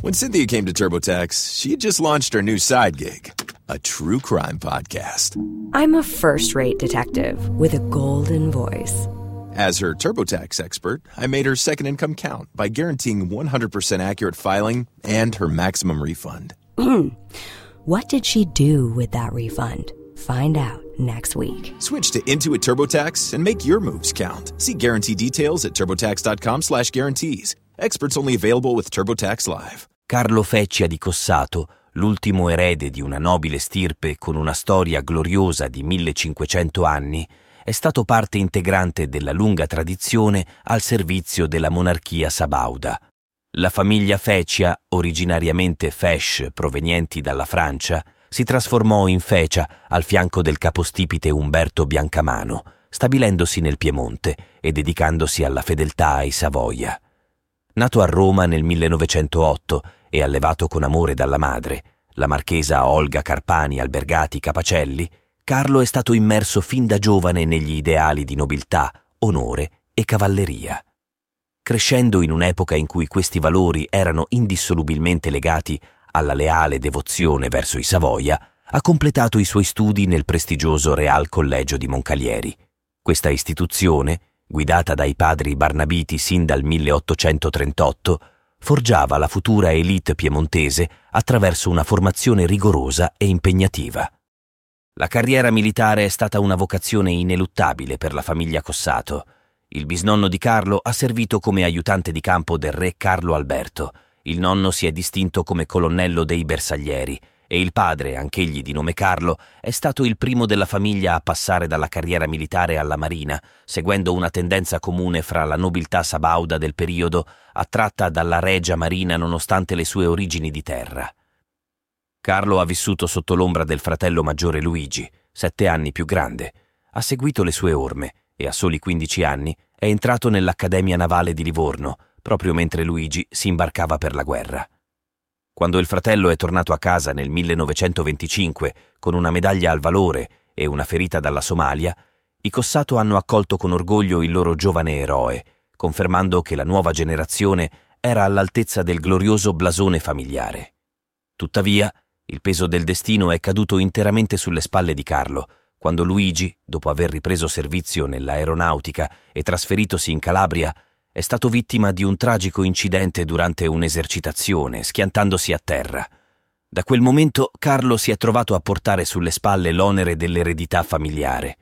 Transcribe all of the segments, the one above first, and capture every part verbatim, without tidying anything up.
When Cynthia came to TurboTax, she had just launched her new side gig, a true crime podcast. I'm a first-rate detective with a golden voice. As her TurboTax expert, I made her second income count by guaranteeing one hundred percent accurate filing and her maximum refund. What did she do with that refund? Find out next week. Switch to Intuit TurboTax and make your moves count. See guarantee details at turbotax.com slash guarantees. Experts only available with TurboTax Live. Carlo Feccia di Cossato, l'ultimo erede di una nobile stirpe con una storia gloriosa di millecinquecento anni, è stato parte integrante della lunga tradizione al servizio della monarchia sabauda. La famiglia Feccia, originariamente Fesch provenienti dalla Francia, si trasformò in Fecia al fianco del capostipite Umberto Biancamano, stabilendosi nel Piemonte e dedicandosi alla fedeltà ai Savoia. Nato a Roma nel millenovecentootto e allevato con amore dalla madre, la marchesa Olga Carpani Albergati Capacelli, Carlo è stato immerso fin da giovane negli ideali di nobiltà, onore e cavalleria. Crescendo in un'epoca in cui questi valori erano indissolubilmente legati alla leale devozione verso i Savoia, ha completato i suoi studi nel prestigioso Real Collegio di Moncalieri. Questa istituzione, guidata dai padri Barnabiti sin dal milleottocentotrentotto, forgiava la futura élite piemontese attraverso una formazione rigorosa e impegnativa. La carriera militare è stata una vocazione ineluttabile per la famiglia Cossato. Il bisnonno di Carlo ha servito come aiutante di campo del re Carlo Alberto, il nonno si è distinto come colonnello dei bersaglieri e il padre, anch'egli di nome Carlo, è stato il primo della famiglia a passare dalla carriera militare alla marina, seguendo una tendenza comune fra la nobiltà sabauda del periodo, attratta dalla regia marina nonostante le sue origini di terra. Carlo ha vissuto sotto l'ombra del fratello maggiore Luigi, sette anni più grande, ha seguito le sue orme e a soli quindici anni è entrato nell'Accademia Navale di Livorno, proprio mentre Luigi si imbarcava per la guerra. Quando il fratello è tornato a casa nel millenovecentoventicinque con una medaglia al valore e una ferita dalla Somalia, i Cossato hanno accolto con orgoglio il loro giovane eroe, confermando che la nuova generazione era all'altezza del glorioso blasone familiare. Tuttavia, il peso del destino è caduto interamente sulle spalle di Carlo, quando Luigi, dopo aver ripreso servizio nell'aeronautica e trasferitosi in Calabria, è stato vittima di un tragico incidente durante un'esercitazione, schiantandosi a terra. Da quel momento Carlo si è trovato a portare sulle spalle l'onere dell'eredità familiare.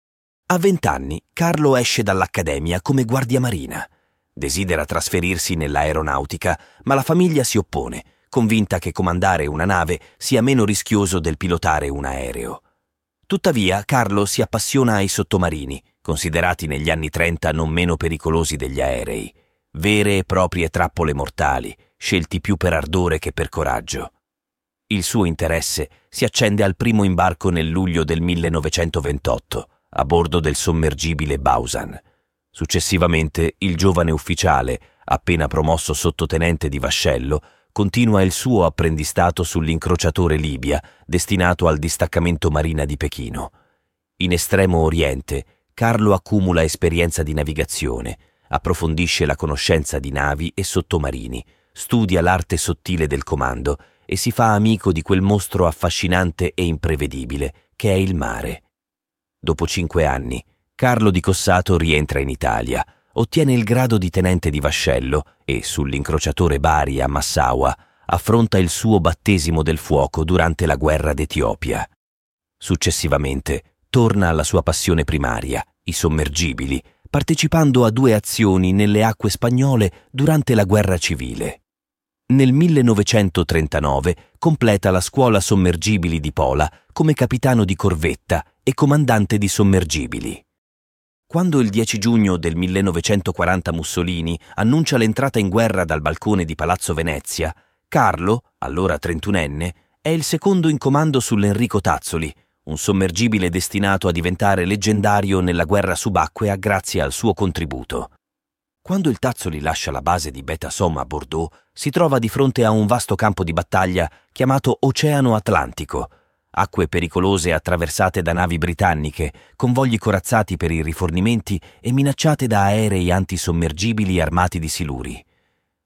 A vent'anni Carlo esce dall'accademia come guardiamarina. Desidera trasferirsi nell'aeronautica, ma la famiglia si oppone, convinta che comandare una nave sia meno rischioso del pilotare un aereo. Tuttavia Carlo si appassiona ai sottomarini, considerati negli anni trenta non meno pericolosi degli aerei, vere e proprie trappole mortali, scelti più per ardore che per coraggio. Il suo interesse si accende al primo imbarco nel luglio del millenovecentoventotto, a bordo del sommergibile Bausan. Successivamente il giovane ufficiale, appena promosso sottotenente di vascello, continua il suo apprendistato sull'incrociatore Libia, destinato al distaccamento marina di Pechino. In Estremo Oriente, Carlo accumula esperienza di navigazione, approfondisce la conoscenza di navi e sottomarini, studia l'arte sottile del comando e si fa amico di quel mostro affascinante e imprevedibile che è il mare. Dopo cinque anni, Carlo di Cossato rientra in Italia, ottiene il grado di tenente di vascello e, sull'incrociatore Bari a Massaua, affronta il suo battesimo del fuoco durante la guerra d'Etiopia. Successivamente, torna alla sua passione primaria, i sommergibili, partecipando a due azioni nelle acque spagnole durante la guerra civile. Nel millenovecentotrentanove completa la scuola sommergibili di Pola come capitano di corvetta e comandante di sommergibili. Quando il dieci giugno del millenovecentoquaranta Mussolini annuncia l'entrata in guerra dal balcone di Palazzo Venezia, Carlo, allora trentunenne, è il secondo in comando sull'Enrico Tazzoli, un sommergibile destinato a diventare leggendario nella guerra subacquea grazie al suo contributo. Quando il Tazzoli lascia la base di Beta Somme a Bordeaux, si trova di fronte a un vasto campo di battaglia chiamato Oceano Atlantico, acque pericolose attraversate da navi britanniche, convogli corazzati per i rifornimenti e minacciate da aerei antisommergibili armati di siluri.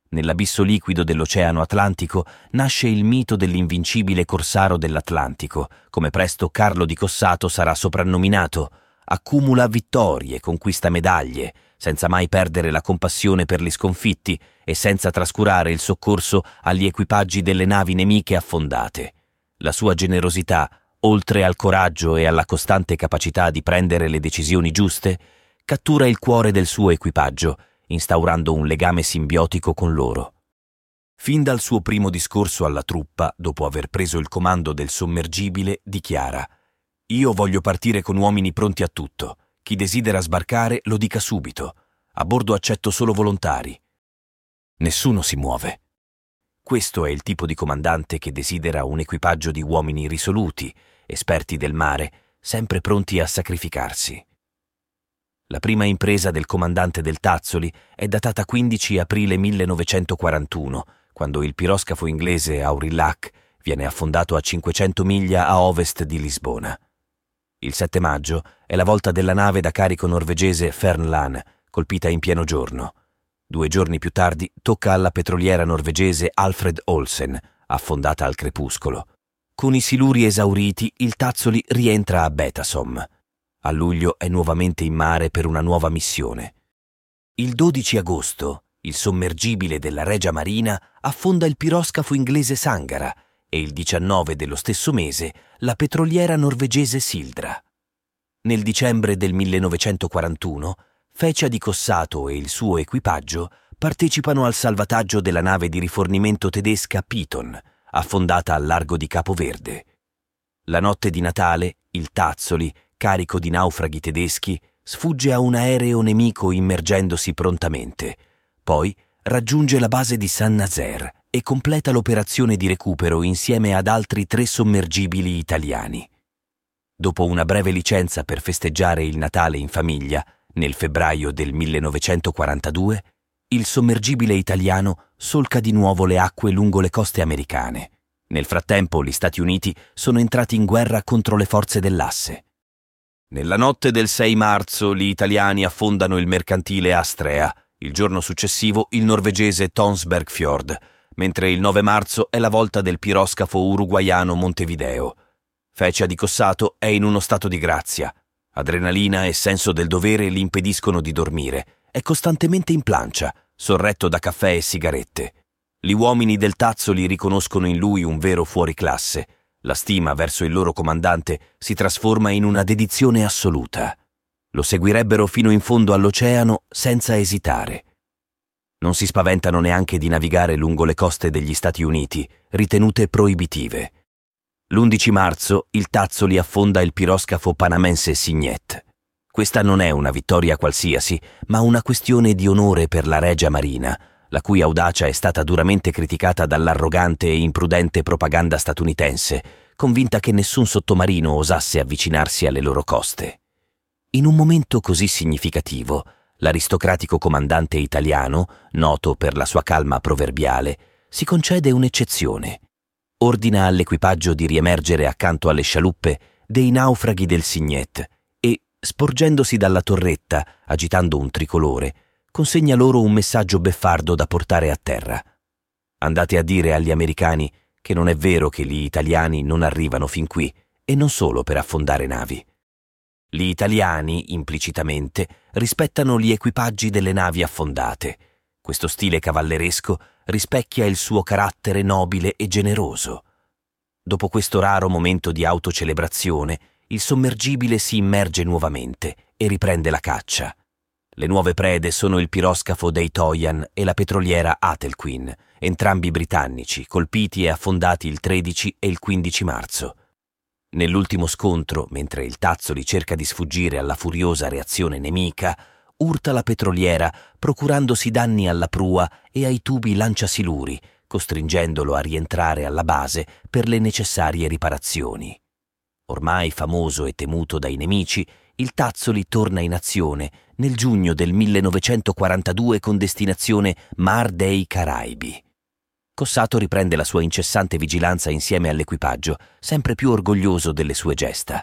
Nell'abisso liquido dell'Oceano Atlantico nasce il mito dell'invincibile corsaro dell'Atlantico, come presto Carlo di Cossato sarà soprannominato. Accumula vittorie, conquista medaglie, senza mai perdere la compassione per gli sconfitti e senza trascurare il soccorso agli equipaggi delle navi nemiche affondate. La sua generosità, oltre al coraggio e alla costante capacità di prendere le decisioni giuste, cattura il cuore del suo equipaggio, instaurando un legame simbiotico con loro. Fin dal suo primo discorso alla truppa, dopo aver preso il comando del sommergibile, dichiara: «Io voglio partire con uomini pronti a tutto. Chi desidera sbarcare lo dica subito. A bordo accetto solo volontari». Nessuno si muove. Questo è il tipo di comandante che desidera un equipaggio di uomini risoluti, esperti del mare, sempre pronti a sacrificarsi. La prima impresa del comandante del Tazzoli è datata quindici aprile millenovecentoquarantuno, quando il piroscafo inglese Aurillac viene affondato a cinquecento miglia a ovest di Lisbona. Il sette maggio è la volta della nave da carico norvegese Fernland, colpita in pieno giorno. Due giorni più tardi tocca alla petroliera norvegese Alfred Olsen, affondata al crepuscolo. Con i siluri esauriti, il Tazzoli rientra a Betasom. A luglio è nuovamente in mare per una nuova missione. Il dodici agosto, il sommergibile della Regia Marina affonda il piroscafo inglese Sangara e il diciannove dello stesso mese la petroliera norvegese Sildra. Nel dicembre del millenovecentoquarantuno, Fecia di Cossato e il suo equipaggio partecipano al salvataggio della nave di rifornimento tedesca Piton, affondata al largo di Capo Verde. La notte di Natale, il Tazzoli, carico di naufraghi tedeschi, sfugge a un aereo nemico immergendosi prontamente. Poi raggiunge la base di Saint-Nazaire e completa l'operazione di recupero insieme ad altri tre sommergibili italiani. Dopo una breve licenza per festeggiare il Natale in famiglia, nel febbraio del millenovecentoquarantadue, il sommergibile italiano solca di nuovo le acque lungo le coste americane. Nel frattempo gli Stati Uniti sono entrati in guerra contro le forze dell'Asse. Nella notte del sei marzo gli italiani affondano il mercantile Astrea, il giorno successivo il norvegese Tonsberg-Fjord, mentre il nove marzo è la volta del piroscafo uruguaiano Montevideo. Fecia di Cossato è in uno stato di grazia. Adrenalina e senso del dovere gli impediscono di dormire. È costantemente in plancia, sorretto da caffè e sigarette. Gli uomini del Tazzoli riconoscono in lui un vero fuoriclasse. La stima verso il loro comandante si trasforma in una dedizione assoluta. Lo seguirebbero fino in fondo all'oceano senza esitare. Non si spaventano neanche di navigare lungo le coste degli Stati Uniti, ritenute proibitive. L'undici marzo il Tazzoli affonda il piroscafo panamense Signet. Questa non è una vittoria qualsiasi, ma una questione di onore per la Regia Marina, la cui audacia è stata duramente criticata dall'arrogante e imprudente propaganda statunitense, convinta che nessun sottomarino osasse avvicinarsi alle loro coste. In un momento così significativo, l'aristocratico comandante italiano, noto per la sua calma proverbiale, si concede un'eccezione. Ordina all'equipaggio di riemergere accanto alle scialuppe dei naufraghi del Signet e, sporgendosi dalla torretta, agitando un tricolore, consegna loro un messaggio beffardo da portare a terra. Andate a dire agli americani che non è vero che gli italiani non arrivano fin qui, e non solo per affondare navi. Gli italiani, implicitamente, rispettano gli equipaggi delle navi affondate. Questo stile cavalleresco rispecchia il suo carattere nobile e generoso. Dopo questo raro momento di autocelebrazione, il sommergibile si immerge nuovamente e riprende la caccia. Le nuove prede sono il piroscafo Deytoian e la petroliera Atelquin, entrambi britannici, colpiti e affondati il tredici e il quindici marzo. Nell'ultimo scontro, mentre il Tazzoli cerca di sfuggire alla furiosa reazione nemica, urta la petroliera procurandosi danni alla prua e ai tubi lanciasiluri, costringendolo a rientrare alla base per le necessarie riparazioni. Ormai famoso e temuto dai nemici, il Tazzoli torna in azione nel giugno del millenovecentoquarantadue con destinazione Mar dei Caraibi. Cossato riprende la sua incessante vigilanza insieme all'equipaggio, sempre più orgoglioso delle sue gesta.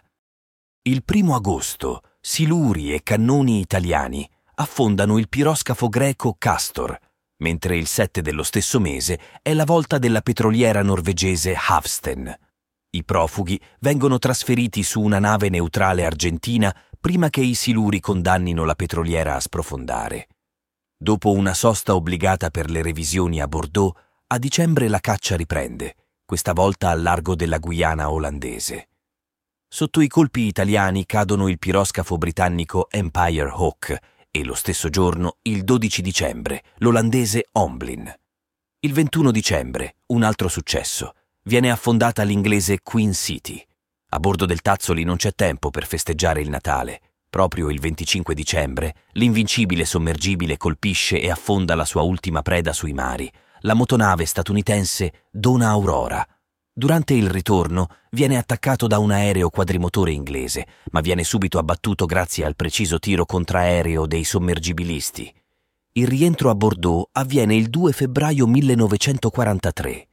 Il primo agosto, siluri e cannoni italiani affondano il piroscafo greco Castor. mentre il sette dello stesso mese è la volta della petroliera norvegese Havsten. I profughi vengono trasferiti su una nave neutrale argentina prima che i siluri condannino la petroliera a sprofondare. Dopo una sosta obbligata per le revisioni a Bordeaux, a dicembre la caccia riprende, questa volta al largo della Guyana olandese. Sotto i colpi italiani cadono il piroscafo britannico Empire Hawk e lo stesso giorno, il dodici dicembre, l'olandese Omblin. Il ventuno dicembre, un altro successo. Viene affondata l'inglese Queen City. A bordo del Tazzoli non c'è tempo per festeggiare il Natale. Proprio il venticinque dicembre, l'invincibile sommergibile colpisce e affonda la sua ultima preda sui mari, la motonave statunitense Dona Aurora. Durante il ritorno viene attaccato da un aereo quadrimotore inglese, ma viene subito abbattuto grazie al preciso tiro contraereo dei sommergibilisti. Il rientro a Bordeaux avviene il due febbraio millenovecentoquarantatré.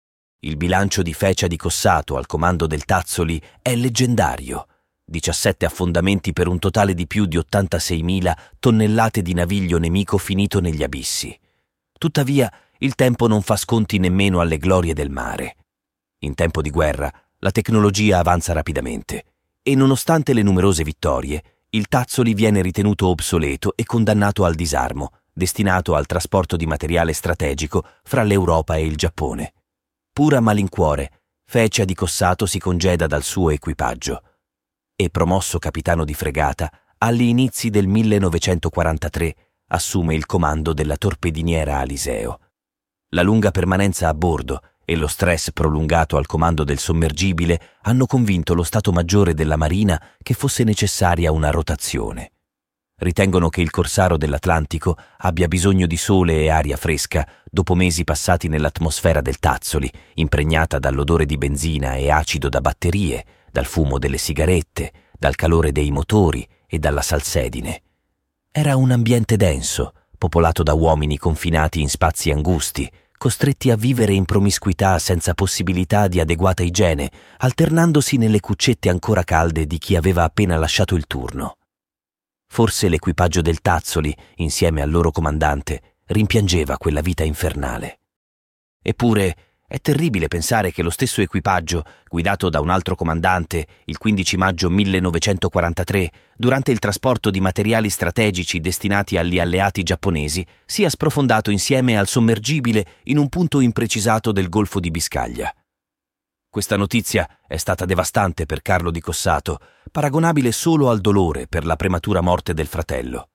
Il bilancio di Fecia di Cossato al comando del Tazzoli è leggendario. diciassette affondamenti per un totale di più di ottantaseimila tonnellate di naviglio nemico finito negli abissi. Tuttavia, il tempo non fa sconti nemmeno alle glorie del mare. In tempo di guerra, la tecnologia avanza rapidamente e, nonostante le numerose vittorie, il Tazzoli viene ritenuto obsoleto e condannato al disarmo, destinato al trasporto di materiale strategico fra l'Europa e il Giappone. Pur a malincuore, Fecia di Cossato si congeda dal suo equipaggio e, promosso capitano di fregata, agli inizi del millenovecentoquarantatré assume il comando della torpediniera Aliseo. La lunga permanenza a bordo e lo stress prolungato al comando del sommergibile hanno convinto lo Stato Maggiore della Marina che fosse necessaria una rotazione. Ritengono che il corsaro dell'Atlantico abbia bisogno di sole e aria fresca dopo mesi passati nell'atmosfera del Tazzoli, impregnata dall'odore di benzina e acido da batterie, dal fumo delle sigarette, dal calore dei motori e dalla salsedine. Era un ambiente denso, popolato da uomini confinati in spazi angusti, costretti a vivere in promiscuità senza possibilità di adeguata igiene, alternandosi nelle cuccette ancora calde di chi aveva appena lasciato il turno. Forse l'equipaggio del Tazzoli, insieme al loro comandante, rimpiangeva quella vita infernale. Eppure è terribile pensare che lo stesso equipaggio, guidato da un altro comandante, il quindici maggio millenovecentoquarantatré, durante il trasporto di materiali strategici destinati agli alleati giapponesi, sia sprofondato insieme al sommergibile in un punto imprecisato del Golfo di Biscaglia. Questa notizia è stata devastante per Carlo di Cossato, paragonabile solo al dolore per la prematura morte del fratello.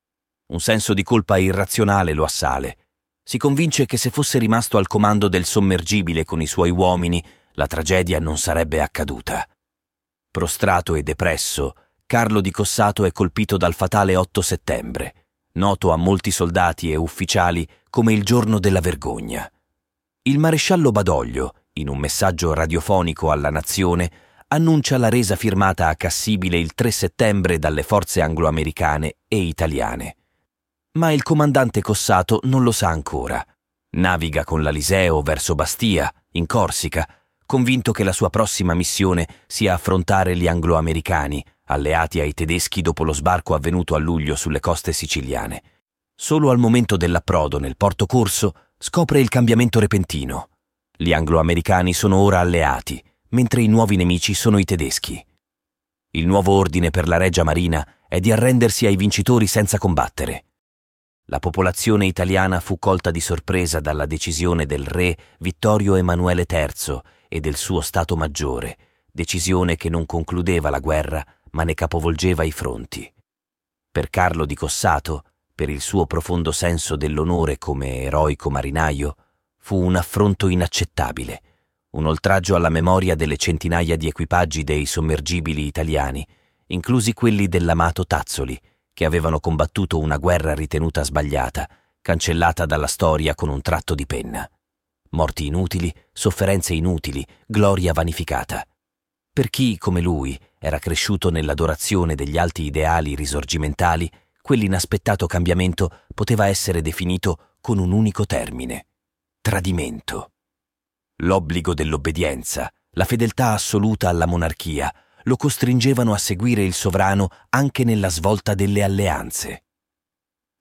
Un senso di colpa irrazionale lo assale. Si convince che se fosse rimasto al comando del sommergibile con i suoi uomini, la tragedia non sarebbe accaduta. Prostrato e depresso, Carlo di Cossato è colpito dal fatale otto settembre, noto a molti soldati e ufficiali come il giorno della vergogna. Il maresciallo Badoglio, in un messaggio radiofonico alla nazione, annuncia la resa firmata a Cassibile il tre settembre dalle forze anglo-americane e italiane. Ma il comandante Cossato non lo sa ancora. Naviga con l'Aliseo verso Bastia, in Corsica, convinto che la sua prossima missione sia affrontare gli anglo-americani, alleati ai tedeschi dopo lo sbarco avvenuto a luglio sulle coste siciliane. Solo al momento dell'approdo nel porto Corso scopre il cambiamento repentino. Gli anglo-americani sono ora alleati, mentre i nuovi nemici sono i tedeschi. Il nuovo ordine per la Regia Marina è di arrendersi ai vincitori senza combattere. La popolazione italiana fu colta di sorpresa dalla decisione del re Vittorio Emanuele terzo e del suo Stato Maggiore, decisione che non concludeva la guerra ma ne capovolgeva i fronti. Per Carlo di Cossato, per il suo profondo senso dell'onore come eroico marinaio, fu un affronto inaccettabile, un oltraggio alla memoria delle centinaia di equipaggi dei sommergibili italiani, inclusi quelli dell'amato Tazzoli, che avevano combattuto una guerra ritenuta sbagliata, cancellata dalla storia con un tratto di penna. Morti inutili, sofferenze inutili, gloria vanificata. Per chi, come lui, era cresciuto nell'adorazione degli alti ideali risorgimentali, quell'inaspettato cambiamento poteva essere definito con un unico termine: tradimento. L'obbligo dell'obbedienza, la fedeltà assoluta alla monarchia, lo costringevano a seguire il sovrano anche nella svolta delle alleanze.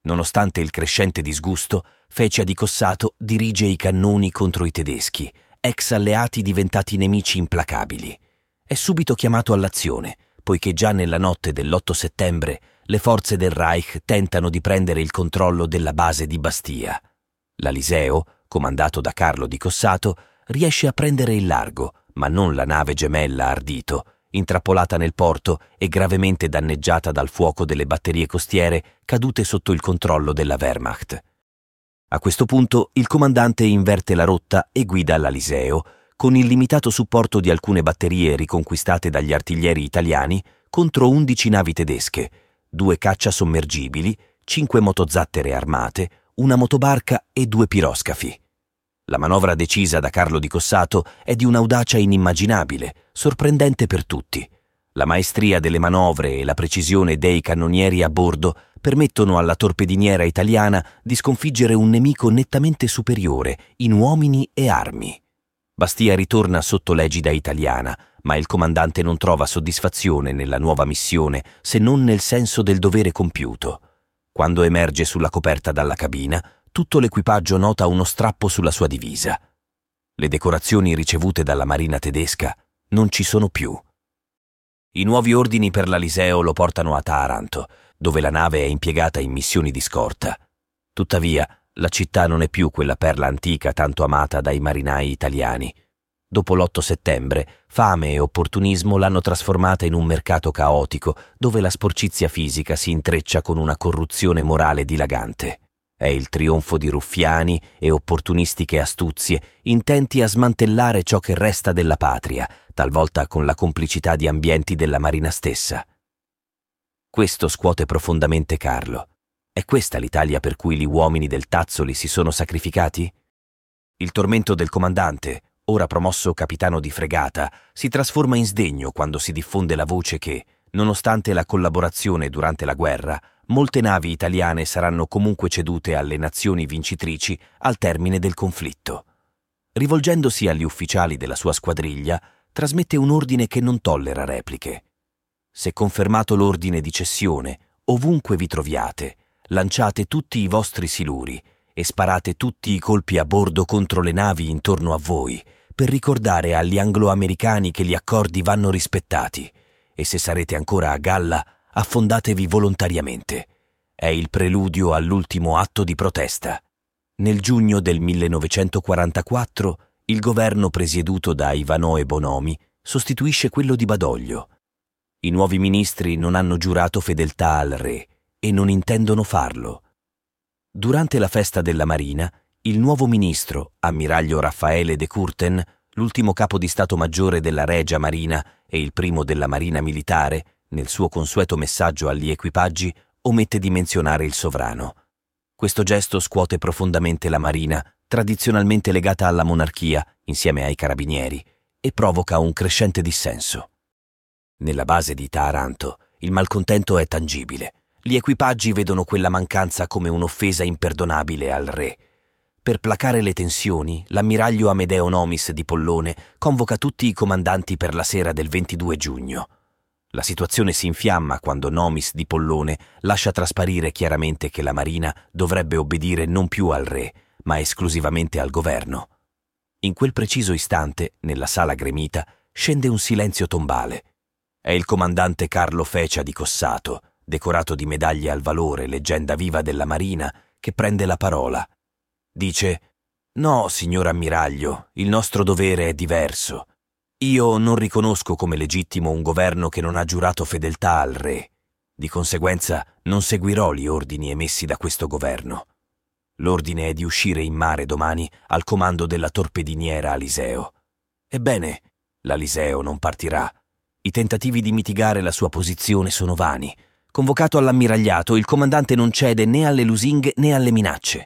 Nonostante il crescente disgusto, Fecia di Cossato dirige i cannoni contro i tedeschi, ex alleati diventati nemici implacabili. È subito chiamato all'azione, poiché già nella notte dell'otto settembre le forze del Reich tentano di prendere il controllo della base di Bastia. L'Aliseo, comandato da Carlo di Cossato, riesce a prendere il largo, ma non la nave gemella Ardito, intrappolata nel porto e gravemente danneggiata dal fuoco delle batterie costiere cadute sotto il controllo della Wehrmacht. A questo punto il comandante inverte la rotta e guida l'Aliseo, con il limitato supporto di alcune batterie riconquistate dagli artiglieri italiani contro undici navi tedesche, due cacciasommergibili, cinque motozattere armate, una motobarca e due piroscafi. La manovra decisa da Carlo di Cossato è di un'audacia inimmaginabile, sorprendente per tutti. La maestria delle manovre e la precisione dei cannonieri a bordo permettono alla torpediniera italiana di sconfiggere un nemico nettamente superiore in uomini e armi. Bastia ritorna sotto l'egida italiana, ma il comandante non trova soddisfazione nella nuova missione se non nel senso del dovere compiuto. Quando emerge sulla coperta dalla cabina, tutto l'equipaggio nota uno strappo sulla sua divisa. Le decorazioni ricevute dalla marina tedesca non ci sono più. I nuovi ordini per l'Aliseo lo portano a Taranto, dove la nave è impiegata in missioni di scorta. Tuttavia, la città non è più quella perla antica tanto amata dai marinai italiani. Dopo l'otto settembre, fame e opportunismo l'hanno trasformata in un mercato caotico, dove la sporcizia fisica si intreccia con una corruzione morale dilagante. È il trionfo di ruffiani e opportunistiche astuzie, intenti a smantellare ciò che resta della patria, talvolta con la complicità di ambienti della marina stessa. Questo scuote profondamente Carlo. È questa l'Italia per cui gli uomini del Tazzoli si sono sacrificati? Il tormento del comandante, ora promosso capitano di fregata, si trasforma in sdegno quando si diffonde la voce che, nonostante la collaborazione durante la guerra, molte navi italiane saranno comunque cedute alle nazioni vincitrici al termine del conflitto. Rivolgendosi agli ufficiali della sua squadriglia, trasmette un ordine che non tollera repliche. Se confermato l'ordine di cessione, ovunque vi troviate, lanciate tutti i vostri siluri e sparate tutti i colpi a bordo contro le navi intorno a voi, per ricordare agli anglo-americani che gli accordi vanno rispettati, e se sarete ancora a galla, affondatevi volontariamente. È il preludio all'ultimo atto di protesta. Nel giugno del millenovecentoquarantaquattro il governo presieduto da Ivanoe Bonomi sostituisce quello di Badoglio. I nuovi ministri non hanno giurato fedeltà al re e non intendono farlo. Durante la festa della Marina, il nuovo ministro, ammiraglio Raffaele de Curten, l'ultimo capo di Stato Maggiore della Regia Marina e il primo della Marina Militare, nel suo consueto messaggio agli equipaggi, omette di menzionare il sovrano. Questo gesto scuote profondamente la Marina, tradizionalmente legata alla monarchia, insieme ai carabinieri, e provoca un crescente dissenso. Nella base di Taranto, il malcontento è tangibile. Gli equipaggi vedono quella mancanza come un'offesa imperdonabile al re. Per placare le tensioni, l'ammiraglio Amedeo Nomis di Pollone convoca tutti i comandanti per la sera del ventidue giugno. La situazione si infiamma quando Nomis di Pollone lascia trasparire chiaramente che la Marina dovrebbe obbedire non più al re, ma esclusivamente al governo. In quel preciso istante, nella sala gremita, scende un silenzio tombale. È il comandante Carlo Fecia di Cossato, decorato di medaglie al valore, leggenda viva della Marina, che prende la parola. Dice: «No, signor ammiraglio, il nostro dovere è diverso. Io non riconosco come legittimo un governo che non ha giurato fedeltà al re. Di conseguenza non seguirò gli ordini emessi da questo governo. L'ordine è di uscire in mare domani al comando della torpediniera Aliseo. Ebbene, l'Aliseo non partirà. I tentativi di mitigare la sua posizione sono vani. Convocato all'ammiragliato, il comandante non cede né alle lusinghe né alle minacce.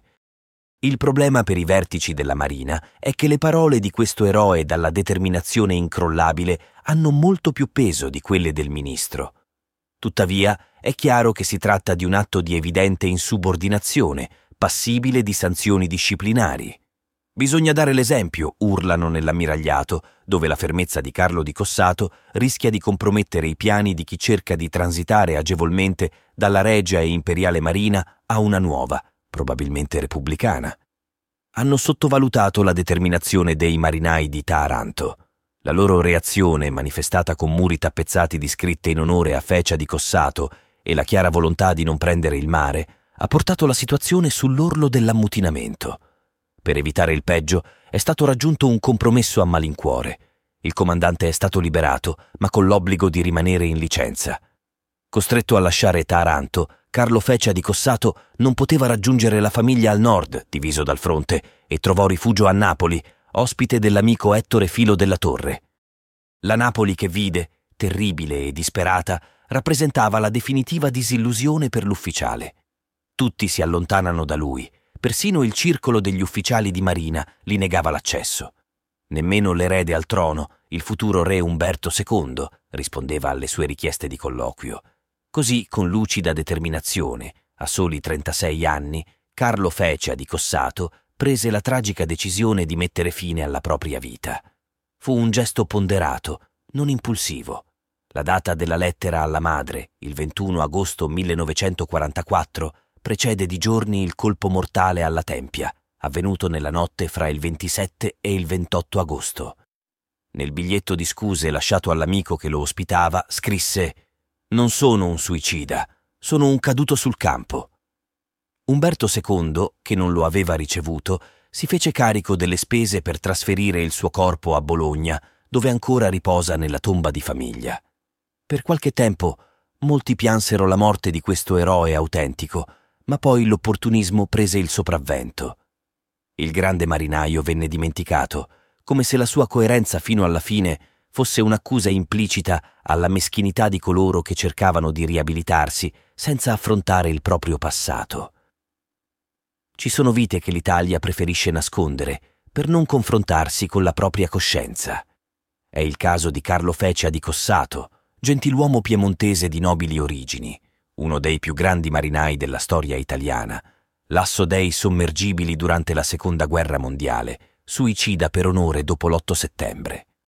Il problema per i vertici della Marina è che le parole di questo eroe dalla determinazione incrollabile hanno molto più peso di quelle del ministro. Tuttavia, è chiaro che si tratta di un atto di evidente insubordinazione, passibile di sanzioni disciplinari. Bisogna dare l'esempio, urlano nell'ammiragliato, dove la fermezza di Carlo di Cossato rischia di compromettere i piani di chi cerca di transitare agevolmente dalla Regia e Imperiale Marina a una nuova, probabilmente repubblicana. Hanno sottovalutato la determinazione dei marinai di Taranto. La loro reazione, manifestata con muri tappezzati di scritte in onore a Fecia di Cossato e la chiara volontà di non prendere il mare, ha portato la situazione sull'orlo dell'ammutinamento. Per evitare il peggio è stato raggiunto un compromesso a malincuore. Il comandante è stato liberato, ma con l'obbligo di rimanere in licenza. Costretto a lasciare Taranto, Carlo Fecia di Cossato non poteva raggiungere la famiglia al nord, diviso dal fronte, e trovò rifugio a Napoli, ospite dell'amico Ettore Filo della Torre. La Napoli che vide, terribile e disperata, rappresentava la definitiva disillusione per l'ufficiale. Tutti si allontanano da lui. Persino il circolo degli ufficiali di marina gli negava l'accesso. Nemmeno l'erede al trono, il futuro re Umberto secondo, rispondeva alle sue richieste di colloquio. Così, con lucida determinazione, a soli trentasei anni, Carlo Fecia di Cossato prese la tragica decisione di mettere fine alla propria vita. Fu un gesto ponderato, non impulsivo. La data della lettera alla madre, il ventuno agosto millenovecentoquarantaquattro, precede di giorni il colpo mortale alla tempia, avvenuto nella notte fra il ventisette e il ventotto agosto. Nel biglietto di scuse lasciato all'amico che lo ospitava, scrisse: «Non sono un suicida, sono un caduto sul campo». Umberto secondo, che non lo aveva ricevuto, si fece carico delle spese per trasferire il suo corpo a Bologna, dove ancora riposa nella tomba di famiglia. Per qualche tempo molti piansero la morte di questo eroe autentico, ma poi l'opportunismo prese il sopravvento. Il grande marinaio venne dimenticato, come se la sua coerenza fino alla fine fosse un'accusa implicita alla meschinità di coloro che cercavano di riabilitarsi senza affrontare il proprio passato. Ci sono vite che l'Italia preferisce nascondere per non confrontarsi con la propria coscienza. È il caso di Carlo Fecia di Cossato, gentiluomo piemontese di nobili origini, uno dei più grandi marinai della storia italiana, l'asso dei sommergibili durante la Seconda Guerra Mondiale, suicida per onore dopo l'otto settembre.